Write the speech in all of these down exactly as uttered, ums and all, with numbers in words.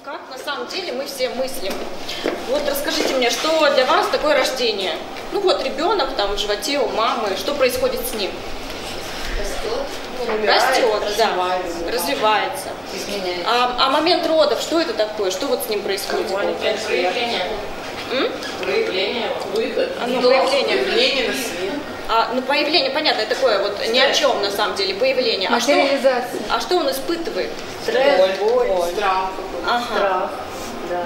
как на самом деле мы все мыслим. Вот расскажите мне, что для вас такое рождение? Ну вот ребенок там в животе у мамы, что происходит с ним? Растет. Растет, развивается. да, развивается. Изменяется. А, а момент родов, что это такое? Что вот с ним происходит? Проявление. М? Проявление. Выход. А, ну, появление. Появление на свет. А, ну, появление, понятно, такое вот ни о чем на самом деле, появление. А что, Материализация. а что он испытывает? Стресс, боль, страх какой-то. Ага. Страх. Да.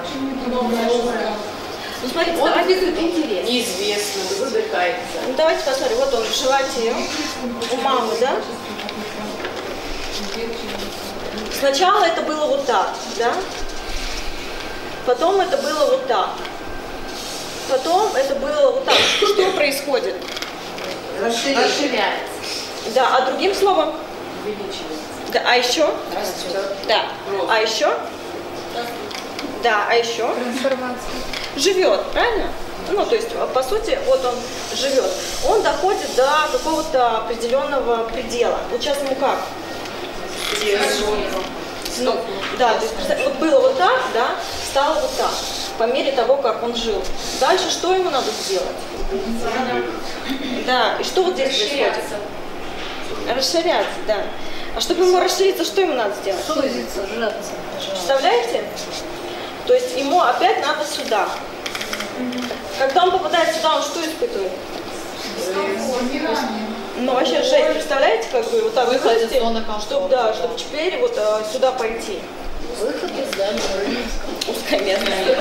Ну, смотрите, Он давайте, интерес. Неизвестно, задыхается. ну, давайте посмотрим. Вот он в животе у мамы, да? Сначала это было вот так, да? Потом это было вот так. Потом это было вот так. Что происходит? Расширяется. Да, а другим словом? Увеличивается. Да, а еще? Растет. Да. Рост. А еще? Да, а еще? Трансформация. Живет, правильно? Ну, то есть, по сути, вот он живет. Он доходит до какого-то определенного предела. Вот сейчас ему как? Ну, да, то есть, представь, вот было вот так, да, стало вот так, по мере того, как он жил. Дальше что ему надо сделать? Да, и что вот здесь происходит? Расширяться, да. А чтобы ему расшириться, что ему надо сделать? Сузиться, сжаться. Представляете? То есть ему опять надо сюда. Когда он попадает сюда, он что испытывает? Ну, вообще жесть, представляете, как бы вот так выходите, чтобы, да, чтобы теперь вот а, сюда пойти. Выход из здания. Узкое место.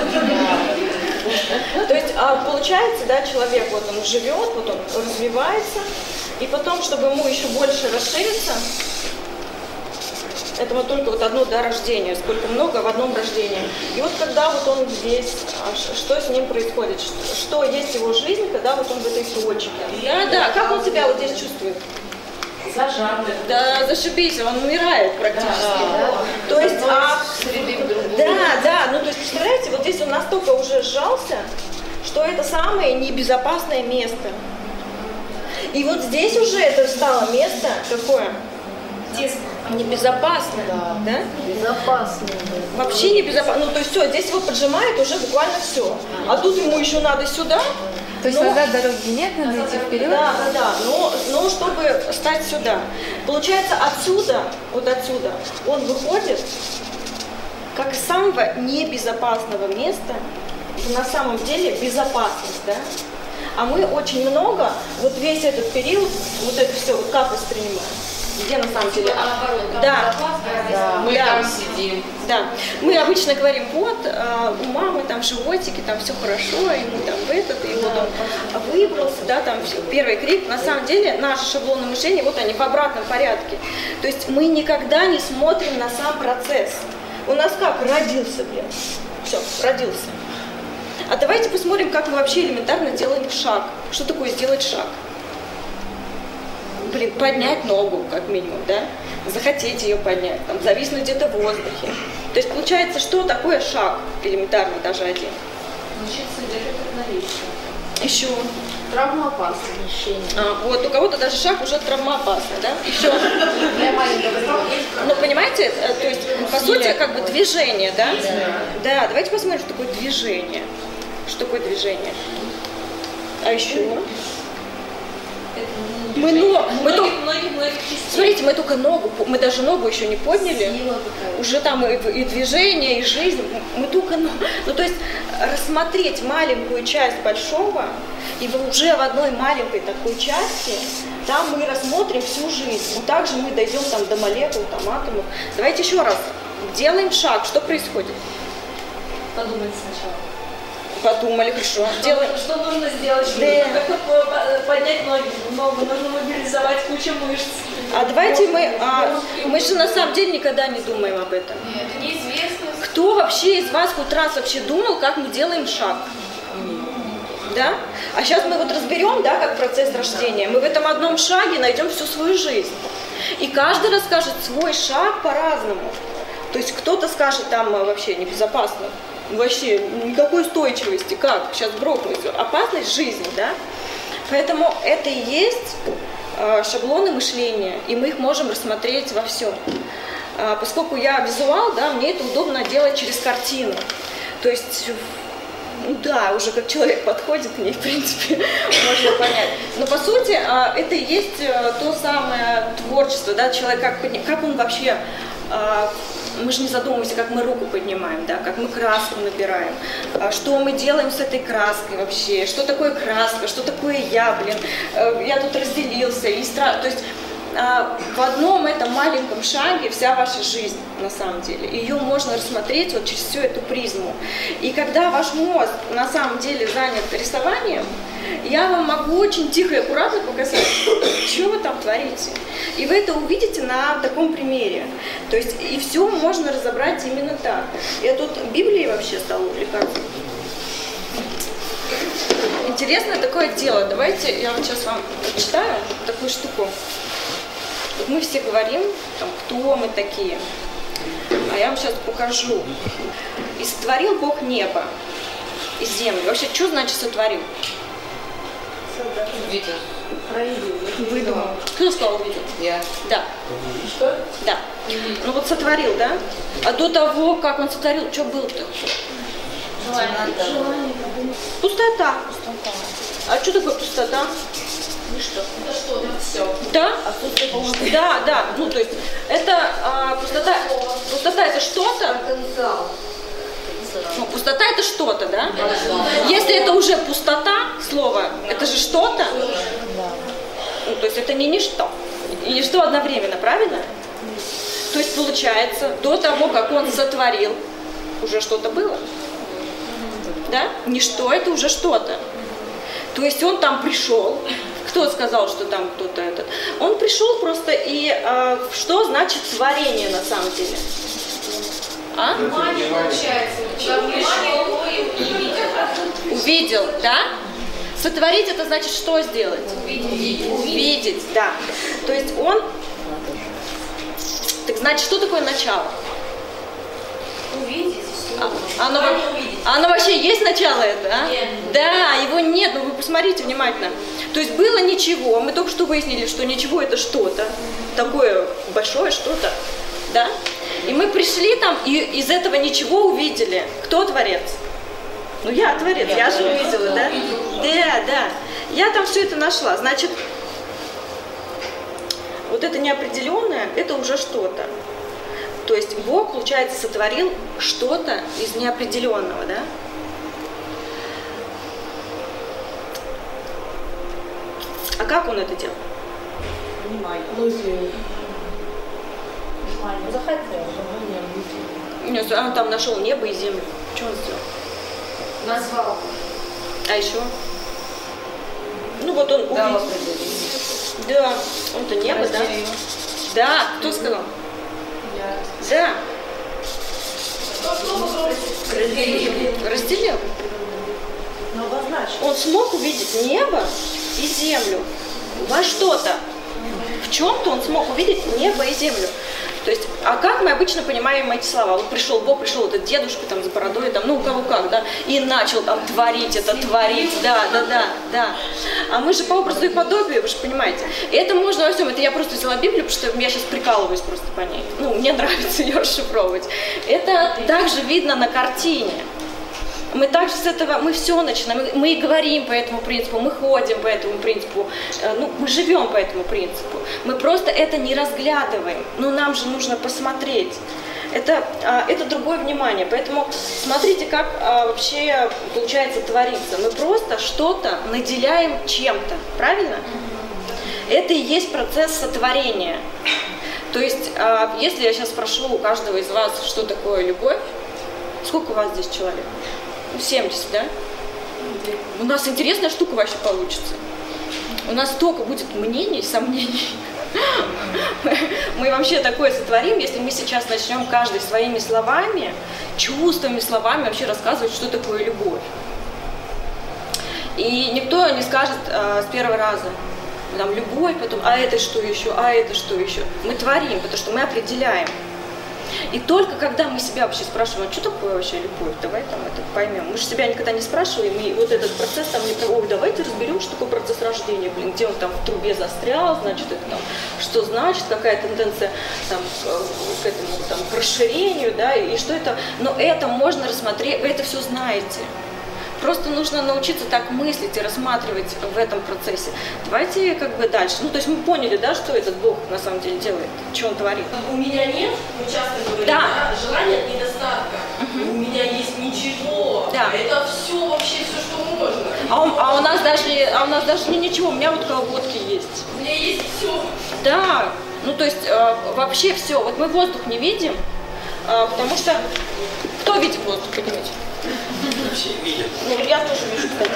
То есть, а, получается, да, человек, вот он живет, вот он развивается, и потом, чтобы ему еще больше расшириться, это вот только вот одно, да, рождение, сколько много в одном рождении. И вот когда вот он здесь, что с ним происходит, что, что есть его жизнь, когда вот он в этой точке. Да, да, как он себя вот здесь чувствует? Зажатый. Да, зашибись, он умирает практически. Да. То есть, а, Среди других. да, да, ну то есть, представляете, вот здесь он настолько уже сжался, что это самое небезопасное место. И вот здесь уже это стало место какое? Тесно. Небезопасно, Да. да? Безопасно. Вообще небезопасно. Ну, то есть все, здесь его поджимает уже буквально все. А тут ему еще надо сюда. То есть но- назад дороги нет, надо идти вперед. Да, да, да. Но, но чтобы стать сюда. Получается, отсюда, вот отсюда, он выходит как из самого небезопасного места в на самом деле безопасность, да? А мы очень много, вот весь этот период, вот это все, вот как воспринимаем? Где на самом деле? Наоборот, там Да. Да. Мы Да. там сидим. Да, мы обычно говорим, вот, э, у мамы там животики, там все хорошо, ему там в этот, и вот он выбрался, да, там все, первый крик. На самом деле наши шаблоны мышления, вот они в обратном порядке. То есть мы никогда не смотрим на сам процесс. У нас как? Родился, блин. Все, родился. А давайте посмотрим, как мы вообще элементарно делаем шаг. Что такое сделать шаг? Блин, поднять ногу, как минимум, да? Захотеть ее поднять, там, зависнуть где-то в воздухе. То есть получается, что такое шаг элементарный, даже один? Научиться держать равновесие. Еще. Травмоопасное. А, вот у кого-то даже шаг уже травмоопасный, да? Еще. Для маленького ребенка. Ну, понимаете, э, то есть, по сути, как бы движение, да? Да, давайте посмотрим, что такое движение. Что такое движение? А еще? Мы, но, мы только, смотрите, мы только ногу, мы даже ногу еще не подняли, уже там и, и движение, и жизнь, мы только ногу. Ну, то есть рассмотреть маленькую часть большого, и уже в одной маленькой такой части, там мы рассмотрим всю жизнь. Вот так же мы дойдем там до молекул, там атомов. Давайте еще раз, делаем шаг, что происходит? Подумать сначала. Подумали, хорошо. Делаем. Что нужно сделать? Да. Как поднять ноги, ногу, нужно мобилизовать кучу мышц. А давайте мы, а, мы же на самом деле никогда не думаем об этом. Нет, это неизвестно. Кто вообще из вас хоть раз вообще думал, как мы делаем шаг? Да? А сейчас мы вот разберем, да, как процесс рождения. Мы в этом одном шаге найдем всю свою жизнь. И каждый расскажет свой шаг по-разному. То есть кто-то скажет, там вообще небезопасно. Вообще никакой устойчивости, как сейчас грохнуть, опасность жизни, да? Поэтому это и есть э, шаблоны мышления, и мы их можем рассмотреть во всем. А, поскольку я визуал, да, мне это удобно делать через картину. То есть, ну да, уже как человек подходит к ней, в принципе, можно понять. Но по сути, а, это и есть то самое творчество, да, человек, как, как он вообще... А, мы же не задумываемся, как мы руку поднимаем, да, как мы краску набираем, что мы делаем с этой краской вообще, что такое краска, что такое я, блин, я тут разделился, и стра... то есть в одном этом маленьком шаге вся ваша жизнь, на самом деле, ее можно рассмотреть вот через всю эту призму. И когда ваш мозг на самом деле занят рисованием, я вам могу очень тихо и аккуратно показать, что вы там творите. И вы это увидите на таком примере. То есть и все можно разобрать именно так. Я тут Библией вообще стала увлекаться. Интересное такое дело. Давайте я вот сейчас вам прочитаю такую штуку. Вот мы все говорим, там, кто мы такие. А я вам сейчас покажу. И сотворил Бог небо и землю. Вообще, что значит сотворил? Увидел. Выдумал. Кто сказал увидел? Я. Да. Что? Да. Ну вот сотворил, да? А до того, как он сотворил, что было-то? Пустота. А что такое пустота? Ничто. Это что? Это все. Да? Да, да. Ну то есть это а, пустота. Пустота это что-то. Ну, пустота это что-то, да? Если это уже пустота, слово, это же что-то. Ну, то есть это не ничто. И ничто одновременно, правильно? То есть получается, до того, как он сотворил, уже что-то было. Да? Ничто это уже что-то. То есть он там пришел. Кто сказал, что там кто-то этот? Он пришел просто и э, что значит творение на самом деле? А? Внимание получается. Внимание увидел. Увидел, да? Сотворить это значит что сделать? Увидеть. Увидеть, да. То есть он... Так значит, что такое начало? Увидеть. А, оно, оно вообще есть начало это, а? Нет. Да, его нет, но вы посмотрите внимательно. То есть было ничего, мы только что выяснили, что ничего это что-то, такое большое что-то, да? И мы пришли там и из этого ничего увидели. Кто творец? Ну я творец, я, я же увидела, да? Да, да. Я там все это нашла. Значит, вот это неопределенное, это уже что-то. То есть Бог, получается, сотворил что-то из неопределенного, да? А как он это делал? Внимание. Захотел. Нет, он там нашел небо и землю. Что он сделал? Назвал. А еще? Ну вот он Да, увидел. Да, он-то небо, да? Да, кто сказал? Я. Да. Разделил. Разделил. Но обозначил. Он смог увидеть небо и землю во что-то. В чем-то он смог увидеть небо и землю. То есть, а как мы обычно понимаем эти слова? Вот пришел Бог, пришел этот дедушка там с бородой, там, ну у кого как, да, и начал там творить это, творить, да, да, да, да. А мы же по образу и подобию, вы же понимаете. И это можно во всем. Это я просто взяла Библию, потому что я сейчас прикалываюсь просто по ней. Ну, мне нравится ее расшифровывать. Это также видно на картине. Мы также с этого, мы все начинаем, мы и говорим по этому принципу, мы ходим по этому принципу, ну, мы живем по этому принципу. Мы просто это не разглядываем, но нам же нужно посмотреть. Это, это другое внимание, поэтому смотрите, как вообще получается твориться. Мы просто что-то наделяем чем-то, правильно? Это и есть процесс сотворения. То есть, если я сейчас спрошу у каждого из вас, что такое любовь, сколько у вас здесь человек? семьдесят, да? У нас интересная штука вообще получится. У нас столько будет мнений, сомнений. Мы вообще такое сотворим, если мы сейчас начнем каждый своими словами, чувствами, словами вообще рассказывать, что такое любовь. И никто не скажет а, с первого раза, там, любовь, потом, а это что еще, а это что еще. Мы творим, потому что мы определяем. И только когда мы себя вообще спрашиваем, а что такое вообще любовь, давай там это поймем. Мы же себя никогда не спрашиваем, и вот этот процесс там не ой, давайте разберем, что такое процесс рождения, блин, где он там в трубе застрял, значит, это там, что значит, какая тенденция там, к этому там, к расширению, да, и что это, но это можно рассмотреть, вы это все знаете. Просто нужно научиться так мыслить и рассматривать в этом процессе. Давайте как бы дальше. Ну, то есть мы поняли, да, что этот Бог на самом деле делает, что Он творит. У меня нет, мы часто говорим, Да. да, желания от недостатка. У меня есть ничего. Да. Это все вообще, все, что можно. А, он- а у нас даже, а у нас даже не ничего, у меня вот колготки есть. У меня есть все. Да, ну то есть э, вообще все. Вот мы воздух не видим, э, потому что кто видит воздух, поднимите? Все видят. Ну, я тоже вижу, кстати.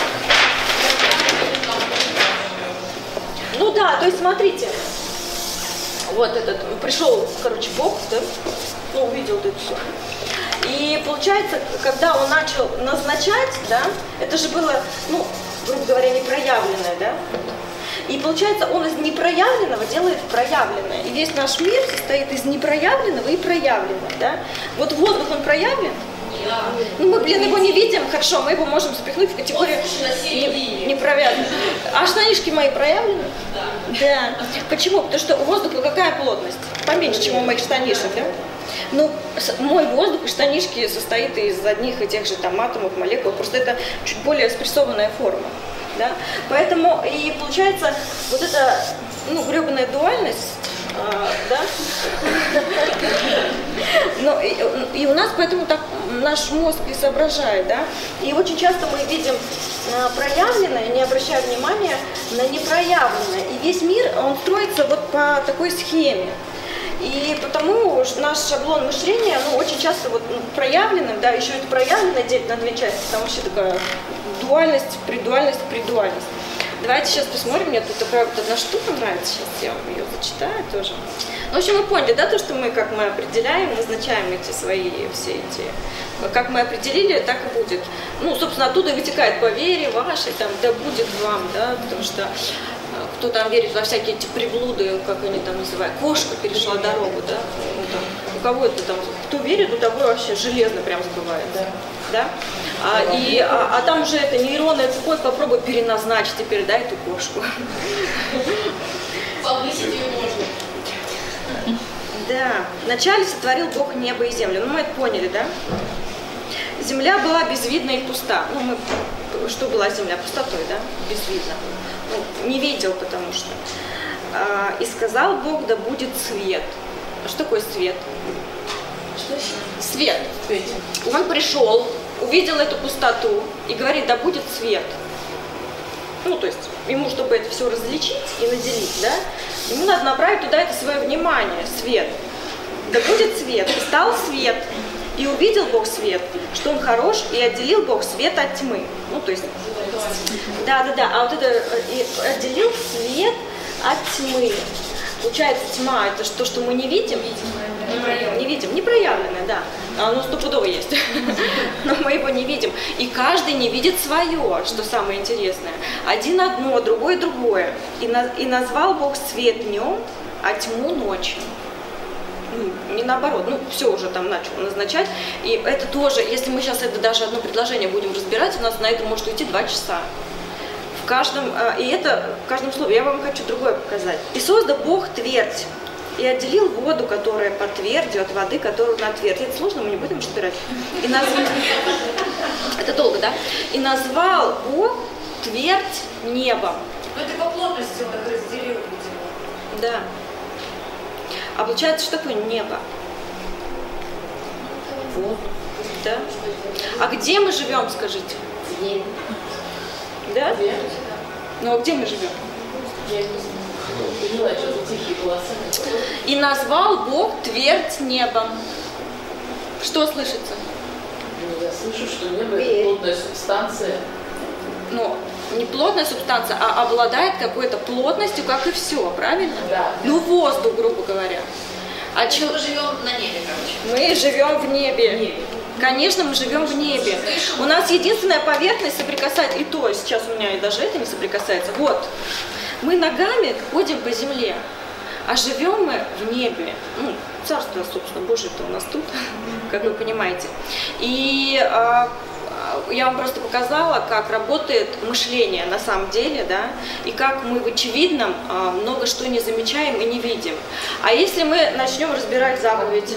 Ну да, то есть смотрите, вот этот, пришел, короче, Бог, да, ну, увидел это все. И получается, когда он начал назначать, да, это же было, ну, грубо говоря, непроявленное, да, и получается, он из непроявленного делает проявленное. И весь наш мир состоит из непроявленного и проявленного, да. Вот воздух, он проявлен. Ну, мы, блин, его не видим, хорошо, мы его можем запихнуть в категорию не- непроявленный. А штанишки мои проявлены? Да. Да. Почему? Потому что у воздуха какая плотность? Поменьше, чем у моих штанишек, да? Ну, с- мой воздух и штанишки состоит из одних и тех же там атомов, молекул, просто это чуть более спрессованная форма, да? Поэтому и получается вот эта, ну, гребаная дуальность, а, да? Но и, и у нас поэтому так наш мозг и соображает, да? И очень часто мы видим а, проявленное, не обращая внимания на непроявленное. И весь мир, он строится вот по такой схеме. И потому наш шаблон мышления, ну, очень часто вот ну, проявленным, да, еще это проявленное делить на две части, там вообще такая дуальность, предуальность, предуальность. Давайте сейчас посмотрим, мне тут такая вот одна штука нравится, сейчас я вам ее зачитаю тоже. Ну, в общем, вы поняли, да, то, что мы, как мы определяем, назначаем эти свои, все эти, как мы определили, так и будет. Ну, собственно, оттуда и вытекает по вере вашей, там, да будет вам, да, потому что кто там верит во всякие эти приблуды, как они там называют, кошка перешла дорогу, да, ну, там, у кого это там, кто верит, у того вообще железно прям сбывается, да, а, и, а, а там уже это нейронная цепочка, попробуй переназначить теперь, да, эту кошку. Повысить ее можно. Да, вначале сотворил Бог небо и землю, ну мы это поняли, да? Земля была безвидна и пуста, ну мы, что была земля? Пустотой, да? Безвидна. Ну, не видел, потому что. А, и сказал Бог, да будет свет. А что такое свет? Что еще? Свет. Он пришел, увидел эту пустоту и говорит, да будет свет. Ну, то есть, ему, чтобы это все различить и наделить, да, ему надо направить туда это свое внимание, свет. Да будет свет. И стал свет. И увидел Бог свет, что он хорош, и отделил Бог свет от тьмы. Ну, то есть, да-да-да, а вот это и отделил свет от тьмы. Получается, тьма – это то, что мы не видим, не видим, непроявленное, да, оно стопудово есть, но мы его не видим. И каждый не видит свое, что самое интересное. Один одно, другой другое. И, на, и назвал Бог свет днем, а тьму ночью. Ну, не наоборот, ну все уже там начал назначать. И это тоже, если мы сейчас это даже одно предложение будем разбирать, у нас на это может уйти два часа. В каждом, и это в каждом слове, я вам хочу другое показать. И создал Бог твердь, и отделил воду, которая по тверди, от воды, которую на твердь. Это сложно, мы не будем разбирать. И назвал... Это долго, да? И назвал Бог твердь небом. Ну ты по плотности он так разделил, видимо. Да. А получается, что такое небо? Вот. Да? А где мы живем, скажите? Небо. Да? Где? Ну а где мы живем? Я не знаю. Поняла, что это тихие голоса. И назвал Бог твердь небом. Что слышится? Ну, я слышу, что небо это плотная субстанция. Ну, не плотная субстанция, а обладает какой-то плотностью, как и все, правильно? Да. Ну, воздух, грубо говоря. А Мы чё- живем на небе, короче. Мы живем в небе. Конечно, мы живем в небе. У нас единственная поверхность соприкасается, и то сейчас у меня и даже это не соприкасается. Вот, мы ногами ходим по земле, А живем мы в небе. Ну, царство, собственно, Божие-то у нас тут, как вы понимаете. И а, я вам просто показала, как работает мышление на самом деле, да, и как мы в очевидном а, много что не замечаем и не видим. А если мы начнем разбирать заповедь...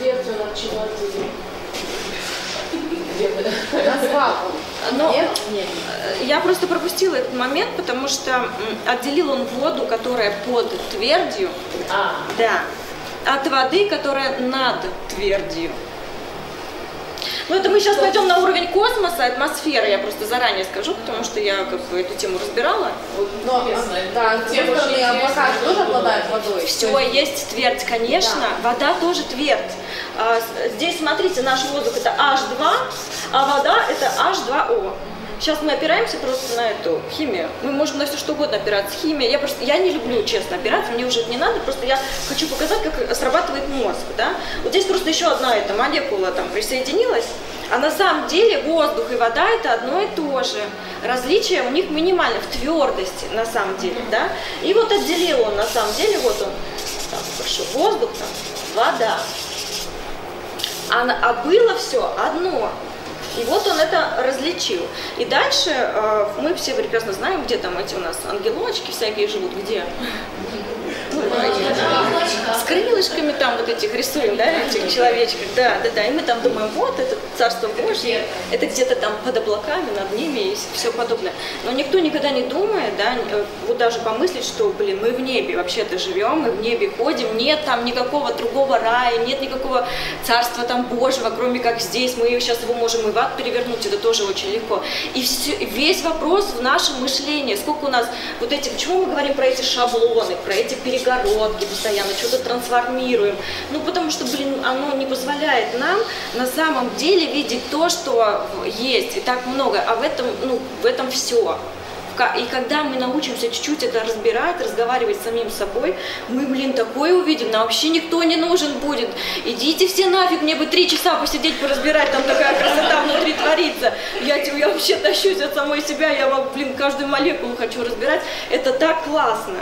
Но Нет? Нет. Я просто пропустила этот момент, потому что отделил он воду, которая под твердью, а. да, от воды, которая над твердью. Ну, это мы сейчас пойдем на уровень космоса, атмосферы, я просто заранее скажу, потому что я как бы эту тему разбирала. Но, да, тема облака тоже обладают водой. Все, есть твердь, конечно, да. Вода тоже твердь. Здесь, смотрите, наш воздух это эйч два, а вода это эйч два о. Сейчас мы опираемся просто на эту химию. Мы можем на все что угодно опираться. Химия. Я просто я не люблю, честно, опираться, мне уже это не надо. Просто я хочу показать, как срабатывает мозг. Да? Вот здесь просто еще одна эта молекула там присоединилась. А на самом деле воздух и вода это одно и то же. Различие у них минимально в твердости на самом деле. Да? И вот отделил он на самом деле, вот он, там, хорошо, воздух, там, вода. А, а было все одно. И вот он это различил. И дальше э, мы все прекрасно знаем, где там эти у нас ангелочки всякие живут, где? С крылышками там вот этих рисуем, да, этих человечков, да, да, да, и мы там думаем, вот это Царство Божье, это где-то там под облаками, над ними и все подобное. Но никто никогда не думает, да, вот даже помыслить, что, блин, мы в небе вообще-то живем, мы в небе ходим, нет там никакого другого рая, нет никакого Царства там Божьего, кроме как здесь, мы сейчас его можем и в ад перевернуть, это тоже очень легко. И все, весь вопрос в нашем мышлении, сколько у нас вот этих, почему мы говорим про эти шаблоны, про эти перегородки постоянно, что-то трансформируем. Ну, потому что, блин, оно не позволяет нам на самом деле видеть то, что есть, и так много, а в этом, ну, в этом все. И когда мы научимся чуть-чуть это разбирать, разговаривать с самим собой, мы, блин, такое увидим, нам вообще никто не нужен будет. Идите все нафиг, мне бы три часа посидеть, поразбирать, там такая красота внутри творится. Я, я вообще тащусь от самой себя, я, блин, каждую молекулу хочу разбирать. Это так классно.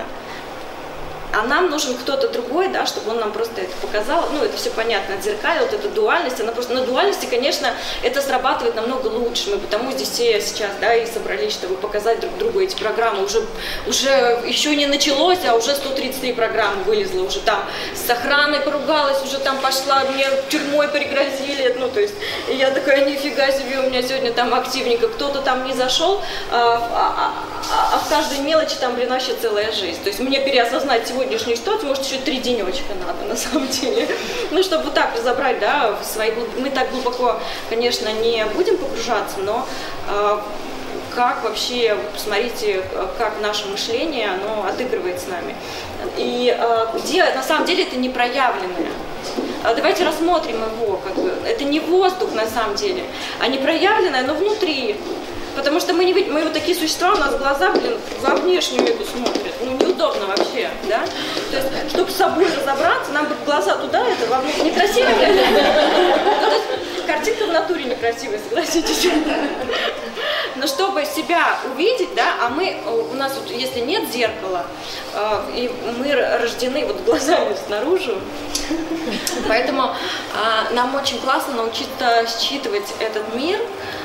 А нам нужен кто-то другой, да, чтобы он нам просто это показал. Ну, это все понятно, отзеркалил, вот эта дуальность, она просто на дуальности, конечно, это срабатывает намного лучше. Мы потому здесь все сейчас, да, и собрались, чтобы показать друг другу эти программы. Уже, уже еще не началось, а уже сто тридцать три программы вылезло, уже там с охраной поругалась, уже там пошла, мне тюрьмой пригрозили. Ну, то есть, и я такая, нифига себе, у меня сегодня там активненько, кто-то там не зашел, а, а, а, а в каждой мелочи там, блин, вообще целая жизнь. То есть мне переосознать сегодня сегодняшнюю ситуацию, может, еще три денечка надо, на самом деле. Ну, чтобы вот так разобрать, да, в свои... Мы так глубоко, конечно, не будем погружаться, но э, как вообще, посмотрите, как наше мышление, оно отыгрывает с нами. И э, где, на самом деле, это не проявленное. Давайте рассмотрим его, как бы. Это не воздух, на самом деле, а не проявленное, но внутри. Потому что мы не видим, мы вот такие существа, у нас глаза, блин, во внешнюю эту смотрят. Ну, неудобно вообще, да? То есть, чтобы с собой разобраться, нам бы глаза туда, это во внешнюю. Некрасиво? Картинка в натуре некрасивая, согласитесь. Но чтобы себя увидеть, да, а мы, у нас вот, если нет зеркала, и мы рождены вот глазами снаружи, поэтому нам очень классно научиться считывать этот мир,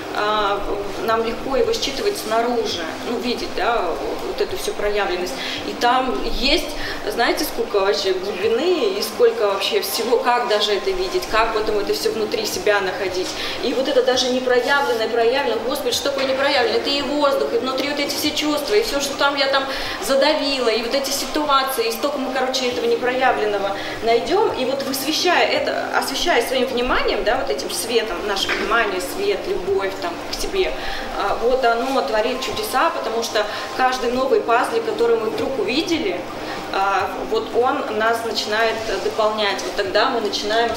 нам легко его считывать снаружи, ну, видеть, да, вот эту всю проявленность. И там есть, знаете, сколько вообще глубины и сколько вообще всего, как даже это видеть, как потом это все внутри себя находить. И вот это даже непроявленное, проявленное, Господи, что такое непроявленное? Это и воздух, и внутри вот эти все чувства, и все, что там я там задавила, и вот эти ситуации, и столько мы, короче, этого непроявленного найдем, и вот высвещая это, освещая своим вниманием, да, вот этим светом, наше внимание, свет, любовь, там, к себе, вот оно творит чудеса, потому что каждый новый пазлик, который мы вдруг увидели, вот он нас начинает дополнять, вот тогда мы начинаем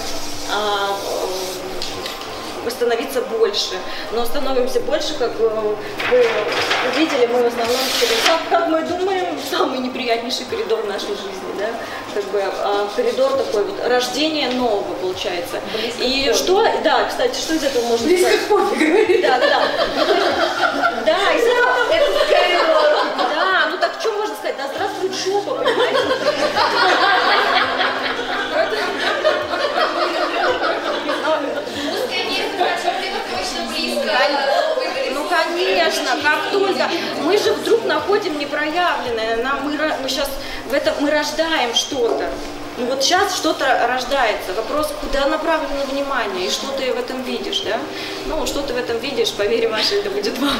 становиться больше, но становимся больше, как вы увидели, мы в основном через, как, как мы думаем, самый неприятнейший коридор нашей жизни, да, как бы а, коридор такой вот, рождение нового получается. Близко и что, да, кстати, что из этого можно Близко сказать? Близко к кофе, да, да, да. Ну, да, из этого, это коридор. Да, ну так что можно сказать, да здравствует жопа, понимаете? Ну, конечно, как только мы же вдруг находим непроявленное, нам, мы, мы сейчас в этом мы рождаем что-то. Ну вот сейчас что-то рождается. Вопрос, куда направлено внимание и что ты в этом видишь, да? Ну, что ты в этом видишь, поверь, Маша, это будет вам.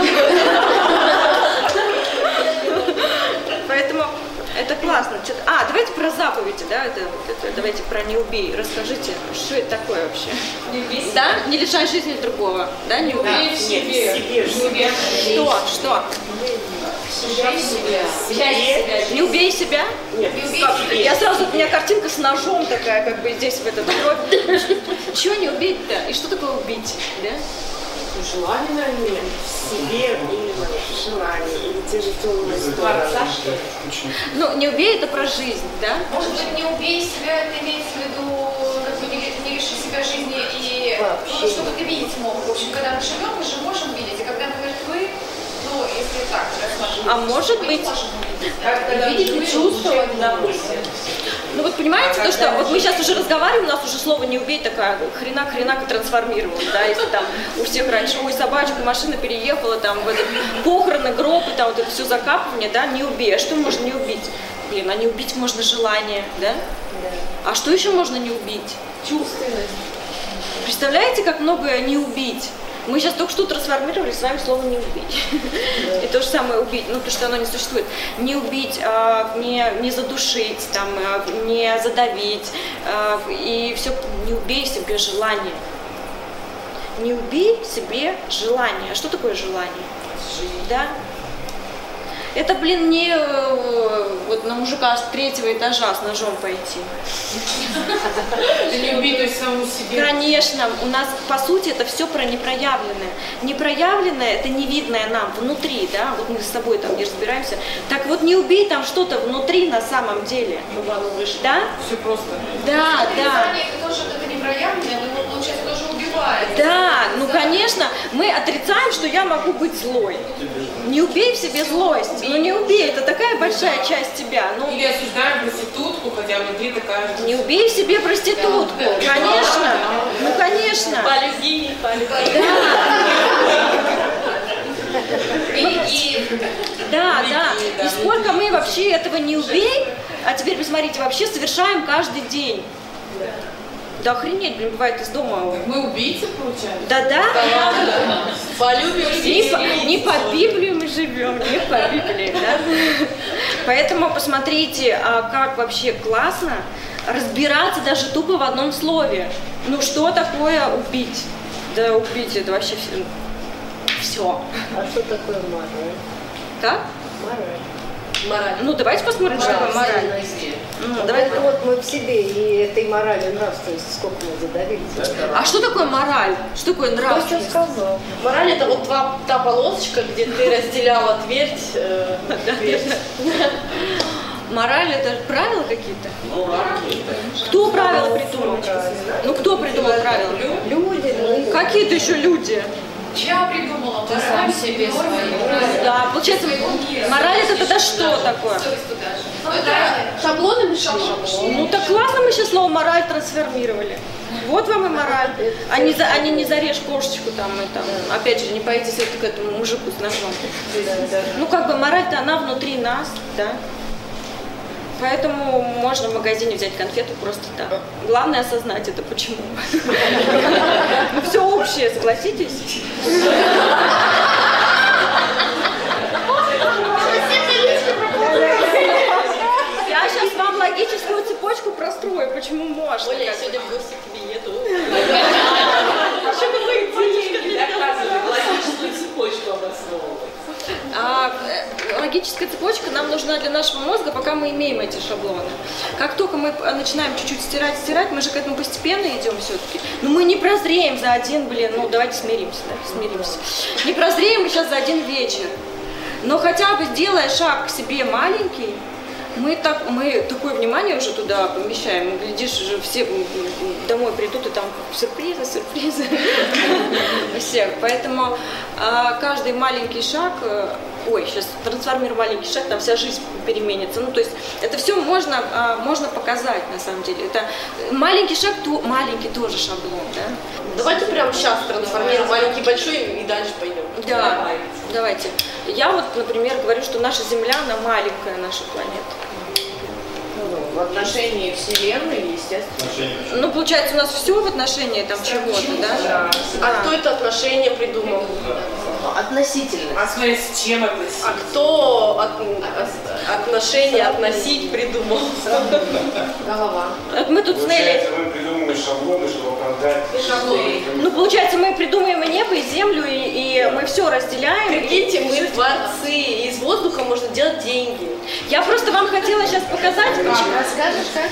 Поэтому это классно. А, давайте про заповеди, да? Это, это, давайте про не убей. Расскажите, что это такое вообще? Не убей себя. Да? Не лишай жизни другого. Да, не убей. Убей в себе. себе. Что? Что? Убей себя. Убей себя. Не убей себя? Нет, Как? Я сразу, у меня картинка с ножом такая, как бы здесь в этот кровь. Чего не убить-то? И что такое убить? Да? желание, наверное, в себе именно желание или те же темные стороны. Ну, не убей, это про жизнь, да? Может быть, не убей себя, это имеется в виду, как бы не, не лиши себя жизни и ну, чтобы ты видеть мог. В общем, когда мы живем, мы же можем видеть, и когда мы мертвы, ну, если так рассматривать, А может мы быть, не можем видеть. Как когда Видеть и чувствовать удовольствие. ну вот понимаете, А то, что когда вот мы сейчас уже разговариваем, у нас уже слово не убей такая хренак-хренак трансформировалось, да, если там у всех раньше, ой, собачка, машина переехала, там в этот похороны, гроб, и там вот это все закапывание, да, не убей. А что можно не убить? Блин, а не убить можно желание, да? А что еще можно не убить? Чувственность. Представляете, как много не убить? Мы сейчас только что трансформировали с вами слово «не убить». И то же самое убить, ну, потому что оно не существует. Не убить, а, не, не задушить, там, а, не задавить. А, и все, не убей в себе желание. Не убей в себе желание. А что такое желание? Да? Это, блин, не э, вот на мужика с третьего этажа с ножом пойти. Ты не убей, то есть саму себе. Конечно, у нас, по сути, это все про непроявленное. Непроявленное – это невидное нам внутри, да, вот мы с собой там не разбираемся. Так вот, не убей там что-то внутри на самом деле. Да? Все просто. Да, да. Отрицание это тоже это непроявленное, но его, получается, тоже убивает. Да, ну конечно, мы отрицаем, что я могу быть злой. Не убей в себе злость. Ну не убей, это такая большая часть тебя. Ну, Или осуждаем проститутку, хотя внутри такая же. не убей в себе проститутку. Конечно. Ну конечно. Полюби, полюби. Береги. Да, да. И сколько мы вообще этого не убей, а теперь посмотрите, вообще совершаем каждый день. Да охренеть, блин, бывает из дома. Мы убийцы, получается? Да-да. Полюбим Не по, не по Библии мы живем, не по Библии, да? Поэтому посмотрите, а как вообще классно разбираться даже тупо в одном слове. Ну что такое убить? Да убить это вообще все. Все. А что такое мораль? Как? Мораль. Мораль. Ну давайте посмотрим, что такое мораль. Ну, давай. Это вот мы в себе и этой морали нравственности сколько мы задавились. А что такое мораль? Что такое Кто что нравственность? сказал? Мораль — это вот та, та полосочка, где ты разделяла твердь. Э, твердь. Мораль это правила какие-то? Ну, Кто правила придумал? Ну кто придумал правила? Люди, ну, Какие-то еще люди. Я придумала. Ты сам себе свои. Да, получается, мораль это тогда что такое? Совесть туда же. Ну, это Шаблонами шаблон. Ну так классно мы сейчас слово мораль трансформировали. Вот вам и мораль. А не, за, а не, не зарежь кошечку там и там. Опять же, не пойдите к этому мужику с ножом. Ну как бы мораль-то она внутри нас, да. Поэтому можно в магазине взять конфету просто так. Главное осознать это почему. Ну все общее, согласитесь? Я сейчас вам логическую цепочку прострою, почему можно. Оля, я как бы. сегодня в гости к тебе еду. Логическую цепочку обосновывать. А э, логическая цепочка нам нужна для нашего мозга, пока мы имеем эти шаблоны. Как только мы начинаем чуть-чуть стирать, стирать, мы же к этому постепенно идем все-таки. Но мы не прозреем за один, блин, ну давайте смиримся, да, смиримся. Не прозреем мы сейчас за один вечер. Но хотя бы делая шаг к себе маленький, мы, так, мы такое внимание уже туда помещаем, глядишь, уже все домой придут, и там сюрпризы, сюрпризы у всех. Поэтому а, каждый маленький шаг, ой, сейчас трансформируем маленький шаг, там вся жизнь переменится. Ну, то есть это все можно, а, можно показать на самом деле. Это маленький шаг, то, маленький тоже шаблон, да? Давайте прямо сейчас трансформируем маленький большой и дальше пойдем. Да, Давай. давайте. Я вот, например, говорю, что наша Земля, она маленькая, наша планета. В отношении Вселенной, естественно. Ну, получается, у нас все в отношении там чего-то, да? Да. А кто это отношение придумал? Относительно. А смотри, с чем относиться? А кто от, от- отношение относить придумал? Голова. Вот мы тут с Нелли... Получается, мы придумываем шаблоны, чтобы оправдать. Шаблоны. Ну, получается, мы придумаем и небо, и землю, и, и мы все разделяем. Прикиньте, и- мы творцы, и из воздуха можно делать деньги. Я просто вам хотела сейчас показать, почему... Расскажешь, как?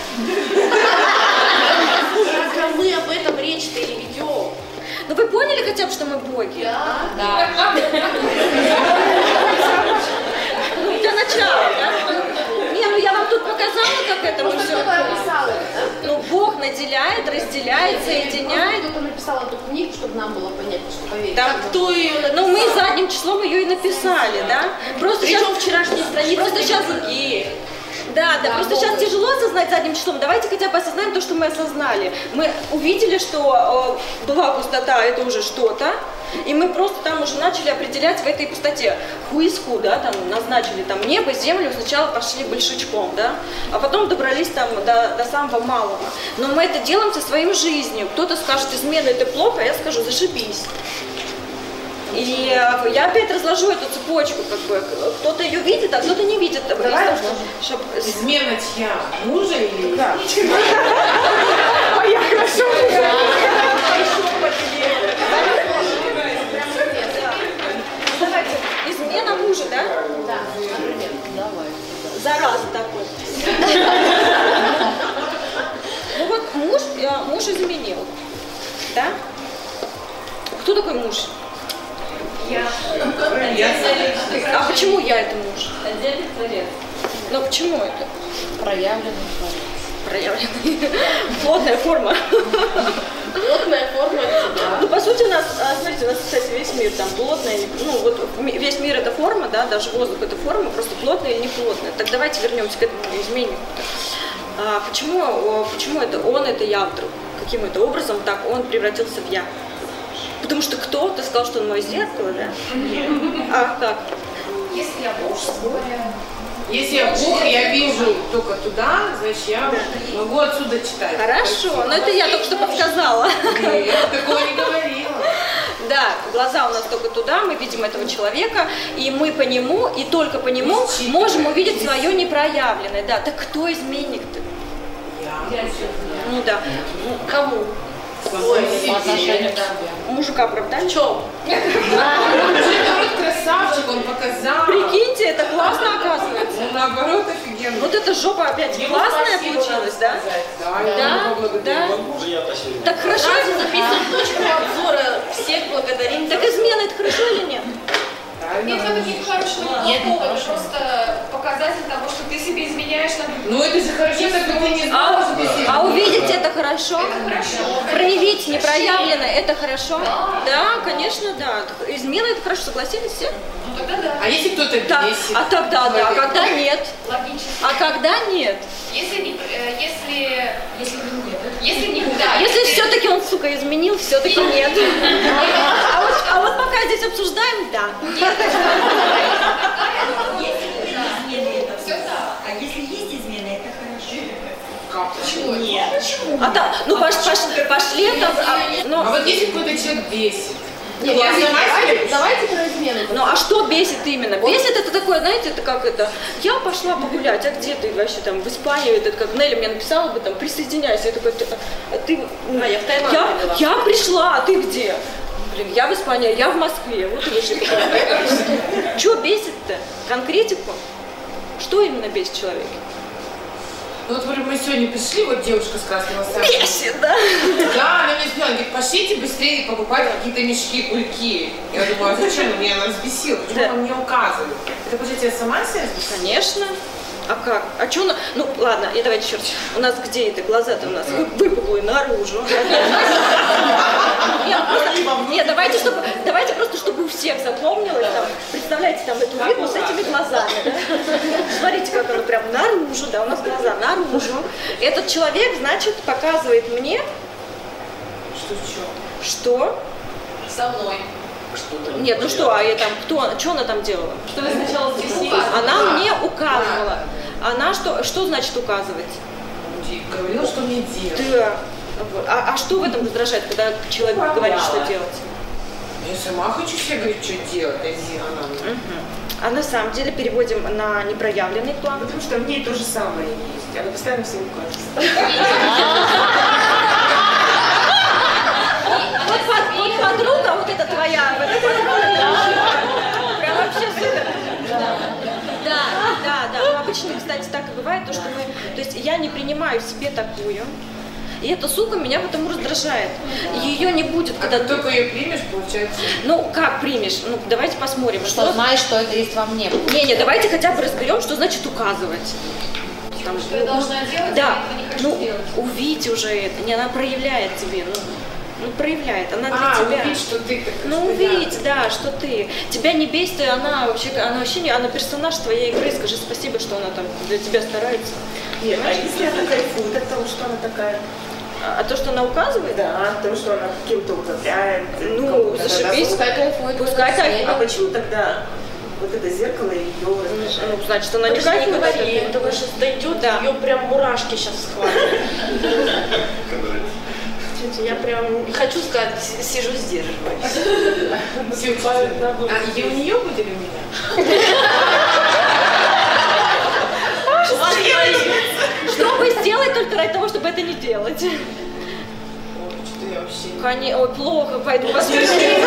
Как мы об этом речь-то и ведем. Ну, вы поняли хотя бы, что мы боги? Да. Ну, для начала, да? Не, ну я вам тут показала, как это мы все... написала, да? Ну, Бог наделяет, разделяет, соединяет. Кто-то написал эту книгу, чтобы нам было понятно, что поверить. Да, Кто ее ну, мы задним числом ее и написали, да? Просто сейчас... Причем вчерашние страницы Просто сейчас... другие. Да, да, Да, просто сейчас могут. тяжело осознать задним числом. Давайте хотя бы осознаем то, что мы осознали. Мы увидели, что э, была пустота, это уже что-то, и мы просто там уже начали определять в этой пустоте хуиску, да, там назначили там небо, землю, сначала пошли большичком, да, а потом добрались там до, до самого малого. Но мы это делаем со своей жизнью. Кто-то скажет, измена это плохо, а я скажу, зашибись. И э, я опять разложу эту цепочку, как бы, кто-то ее видит, а кто-то не видит. Давай Если- разложим. чтоб- Измена чья? Мужа или... Да. Я хорошо. Давайте, измена мужа, да? Да, например. Давай. Зараза такой. Ну вот муж, э, муж изменил, да? Кто такой муж? Я. А почему я это муж? Отдельный творец. Ну почему это? Проявленный. Проявленный. Плотная форма. Плотная форма тебя. Ну, по сути, у нас, а, смотрите, у нас, кстати, весь мир там плотный, ну, вот ми- весь мир это форма, да, даже воздух это форма, просто плотная или не плотная. Так давайте вернемся к этому изменению. А, почему, о, почему это он, это я вдруг? Каким это образом так он превратился в я? Потому что кто-то сказал, что он мое зеркало, да? А как? Если я муж, говоря, Если я Бог, я вижу только туда, значит, я могу отсюда читать. Хорошо, но это я только что подсказала. Нет, я такого не говорила. Да, глаза у нас только туда, мы видим этого человека, и мы по нему, и только по нему можем увидеть свое непроявленное. Да, так кто изменник-то? Я. Ну да. Кому? Ой, По отношению к себе. Мужика оправдали? В чем? наоборот, красавчик, он показал. Прикиньте, это классно оказывается. Ну, наоборот, офигенно. Вот эта жопа опять Ему классная спасибо получилась, надо да? сказать. Да, Да, я его поблагодарила. да. Уже я тащил. Так хорошо, Сразу записываем точку обзора. Всех благодарим. так измена это хорошо или нет? нет Правильно. никаких хорошего Нет, никакого, это просто показатель того, что ты себе изменяешь на Ну, это же хорошо, так как ты не знала, что ты себе... А увидеть это хорошо? Это хорошо. Проявить непроявленное это хорошо? Да, конечно, да. Измена это хорошо, согласились все? Ну тогда да. А если кто-то Так, бесит? а тогда да, а когда нет? Логически. А когда нет? Если не, э, если, если не нет, если не да, Если все-таки он, сука, изменил, все-таки нет. А вот, а вот пока здесь обсуждаем, да. все да. А если есть измена, это хорошо. Как? Почему? Нет. А так, ну пош, пош- пошли там, а, А ну, вот если какой-то человек бесит? Нет, я давайте, сама давайте, себе- давайте про измену. ну а что бесит именно? Бесит это такое, знаете, это как это, я пошла погулять, а где ты вообще там в Испании, это как Нелли мне написала бы там, присоединяйся, я такой, ты, а ты, ну, А, я в Таиланд я, была. я пришла, а ты где? Блин, я в Испании, я в Москве, вот и вышли. Что бесит-то? Конкретику? Что именно бесит человека? Ну вот мы сегодня пришли, вот девушка с красным волосами. Бесит, да? Да, она мне сказала, говорит, пошлите быстрее покупать какие-то мешки, кульки. Я думаю, а зачем? Меня она взбесила, почему Да. она мне указывает? Это, получается, я сама себя взбесила? Конечно. А как? А что? Ну ладно, и давайте еще раз. У нас где это? Глаза-то у нас выпуклые наружу. Нет, просто, нет, давайте, чтобы, давайте просто, чтобы у всех запомнилось. Там, представляете, там эту рыбу с этими глазами. Да? Смотрите, как оно прям наружу, да, у нас глаза наружу. Этот человек, значит, показывает мне, Что, что? что... Со мной. Нет, ну что, а я там, кто, что она там делала? Что вы сначала здесь Она мне указывала. Она что, что значит указывать? Говорила, что мне делать. Да. А, а что в этом раздражает, когда человек говорит, что делать? Я сама хочу себе говорить, что делать, а не она. Угу. А на самом деле переводим на непроявленный план. Потому что в ней то же самое есть. Она постоянно все указывает. Вот, под- вот подруга, вот эта твоя, вот эта подруга, да, прям вообще супер. Да, да, да. Ну, обычно, кстати, так и бывает, то, что мы, то есть я не принимаю себе такую, и эта сука меня потому раздражает. Ее не будет, А когда ты только ее примешь, получается. Ну, как примешь? Ну, давайте посмотрим. Что знаешь, что это есть во мне. Не-не, давайте хотя бы разберем, что значит указывать. Там, Что я должна делать, да, я этого не хочу ну, делать. увидь уже это. Не, она проявляет тебе, ну, ну проявляет, она для А, тебя. увидеть, что ты так. Ну, увидь, да, что ты. Тебя не бесит, она вообще, она вообще не, она персонаж твоей игры, скажи спасибо, что она там для тебя старается. Нет, а если она кайфует от того, что она такая? А, а то, что она указывает? Да, от того, что она кем-то управляет. Ну, кому-то зашибись. Пускай кайфует. Пускай кайфует. А почему тогда вот это зеркало ее раздражает? Ну, значит, она не кайфует. от этого. потому что дойдет, Да. ее прям мурашки сейчас схватят. Я прям хочу сказать, с- сижу сдерживаюсь. А и у нее будет или у меня? Что вы сделаете только ради того, чтобы это не делать? Что-то я вообще не... Коне... Ой, плохо, пойду посмотрю.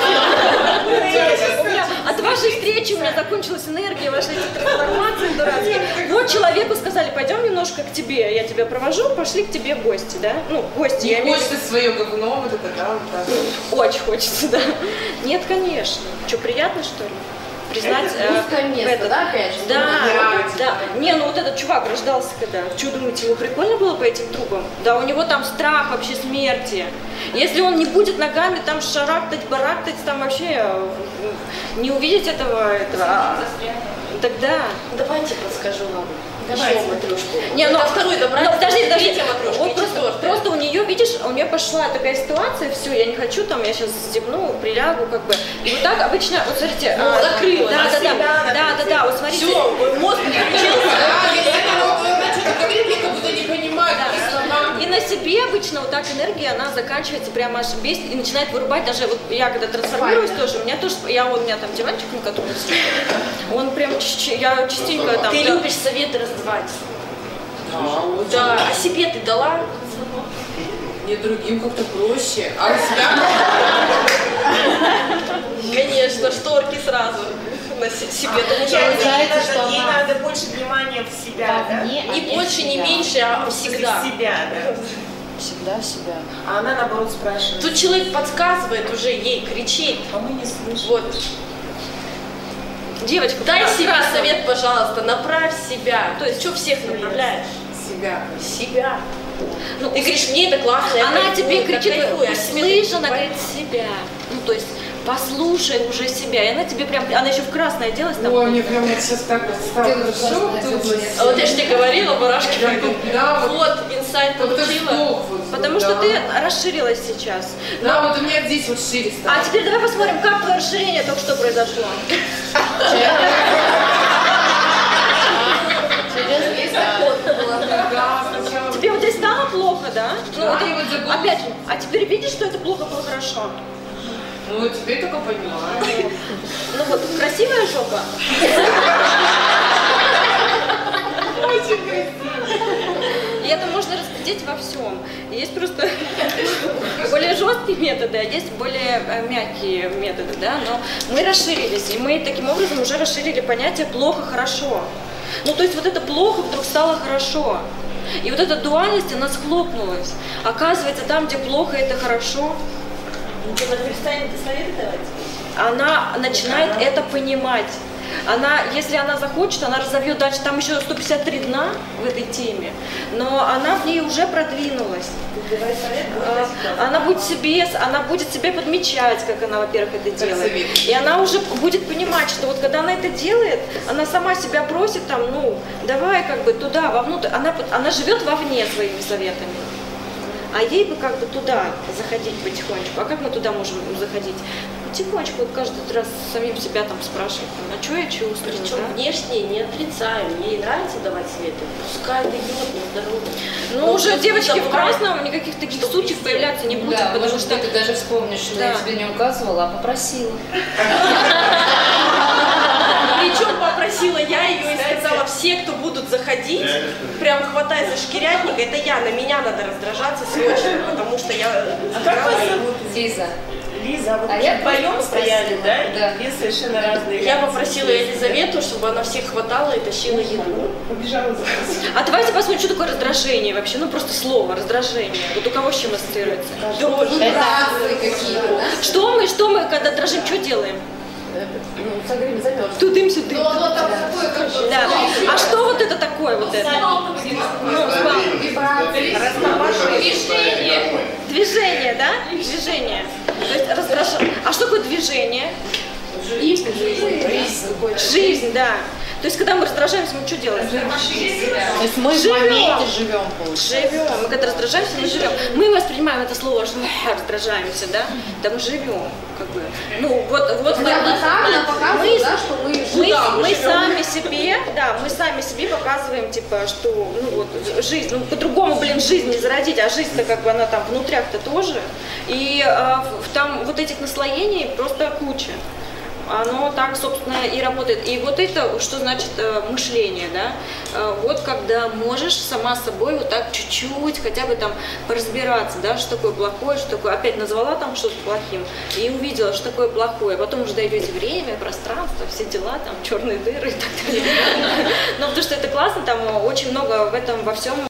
У меня от вашей встречи у меня закончилась энергия, ваши эти трансформации дурацкие. Вот человеку сказали, пойдем немножко к тебе, я тебя провожу, пошли к тебе в гости, да? Ну, в гости, я Не имею в виду. хочется свое говно, вот это, да, вот так. Очень хочется, да. Нет, конечно. Что, приятно, что ли? Признать... э, Узкое место, это- да, опять же? Да, Нравится. да. Не, ну вот этот чувак рождался когда. Что думаете, ему прикольно было по этим трубам? Да, у него там страх вообще смерти. Если он не будет ногами там шарахтать, барахтать, там вообще э, не увидеть этого, этого. а, Тогда. Давайте подскажу вам. Давайте. Еще матрешку. Не, ну, Это второй добрать, ну, подожди, подожди. третья матрешка Вот и просто, четвертая. просто у нее, видишь, у нее пошла такая ситуация, все, я не хочу, там, я сейчас стебну, прилягу, как бы. И вот так обычно, вот смотрите. Ну, а, закрыла, Да, на да, да, себя да, да, да, вот смотрите. Все, мой мозг переключился. А, если она вот что-то говорит, я как будто не понимаю, какие слова. И на себе обычно вот так энергия, она заканчивается прямо аж бесит и начинает вырубать. Даже вот я когда трансформируюсь тоже, у меня тоже, я, у меня там диванчик, на котором сижу, он прям, чуть- я частенько там... Ты да. любишь советы раздавать. Да, очень. Да, а себе ты дала? Мне другим как-то проще. А у себя? Конечно, шторки сразу. На се- себе ты не Получается, что ей она надо больше внимания в себя, да? вовне, а Ни не больше, ни себя. меньше, а В всегда. себя, да. Всегда себя. А она наоборот спрашивает. Тут человек подсказывает уже ей, кричит. А мы не слышим. Вот, Девочка, дай себе красная. совет, пожалуйста, направь себя. То есть, что всех направляешь? Себя. Себя. Ну, Ты говоришь, мне это классно, я она кайфую, тебе я кричит, кайфую, а себе услышь, ты она не говорит себя. Ну, то есть, послушай уже себя. И она тебе прям, она еще в красное делась там. Ой, мне прям вот сейчас так вот стало Ты хорошо. ужасная, тут вот. А вот я же тебе говорила, барашки Прям пойдут. тут, да, вот. Вот, инсайт Как будто получила. вдох вот, Потому вот, что да. ты расширилась сейчас. Да, вот у меня здесь вот шире стало. А теперь давай посмотрим, как твое расширение только что произошло. Да, сначала. Тебе вот здесь стало плохо, да? Ну, Да, вот, и вот за опять же, а теперь видишь, что это плохо было хорошо? Ну, теперь только понимаю. Ну вот, красивая жопа. Очень красиво. И это можно разглядеть во всем. Есть просто более жесткие методы, а есть более э, мягкие методы, да, но мы расширились, и мы таким образом уже расширили понятие «плохо-хорошо». Ну, то есть вот это «плохо» вдруг стало «хорошо». И вот эта дуальность, она схлопнулась. Оказывается, там, где плохо, это хорошо, Ну, что, она перестанет советы давать? она начинает это понимать. Она, если она захочет, она разовьет дальше, там еще сто пятьдесят три дна в этой теме, но она в ней уже продвинулась. Она будет себе, она будет себе подмечать, как она, во-первых, это делает. И она уже будет понимать, что вот когда она это делает, она сама себя просит там, ну, давай как бы туда, вовнутрь. Она, она живет вовне своими советами. А ей бы как бы туда заходить потихонечку. А как мы туда можем заходить? Потихонечку, вот каждый раз самим себя там спрашивать, а что я чувствую? Причем да? внешне не отрицаем. Ей нравится давать советы. Пускай дает на здоровье. Ну, Но уже девочки в бывает, красном никаких таких сучек появляться не будет, Да, потому может что... быть, ты даже вспомнишь, что Да. я тебе не указывала, а попросила. Причем попросила я ее и сказала, все, кто будут заходить, прям хватай за шкирятник, это я, на меня надо раздражаться срочно, потому что я... А как вас зовут? Лиза. Лиза, а вы А я вдвоем просто стояли, да? Да. И две совершенно разные Я реакции. попросила Елизавету, чтобы она всех хватала и тащила еду. Убежала за вас. А давайте посмотрим, что такое раздражение вообще. Ну, просто слово раздражение. Вот у кого с чем ассоциируется? Вибрации какие-то, да? Что мы, что мы, когда дрожим, что делаем? Ну, согрем, замерз. Тудым-сюдым. Но оно там такое, как бы... Да. А что вот это такое вот это? Ну, Вибрации. Движение. движение, да? Движение. То есть раздражение. А что такое движение? Жизнь. Жизнь. Жизнь, да. То есть, когда мы раздражаемся, мы что делаем? То есть мы в моменте живем, получается. Живем. Мы когда раздражаемся, мы живем. Мы воспринимаем это слово, что раздражаемся, да? Да мы живем, как бы. Ну, вот, вот Она так. правильно показывает, да, что мы Мы, живем. мы сами себе, да, мы сами себе показываем, типа, что, ну вот, жизнь, ну по-другому, блин, жизнь не зародить, а жизнь-то как бы она там внутрях-то тоже. И а, в- там вот этих наслоений просто куча. Оно так, собственно, и работает. И вот это, что значит э, мышление, да? Э, вот когда можешь сама с собой вот так чуть-чуть хотя бы там поразбираться, да, что такое плохое, что такое, опять назвала там что-то плохим, и увидела, что такое плохое. Потом уже дойдете время, пространство, все дела, там, черные дыры и так далее. Но потому что это классно, там очень много в этом во всем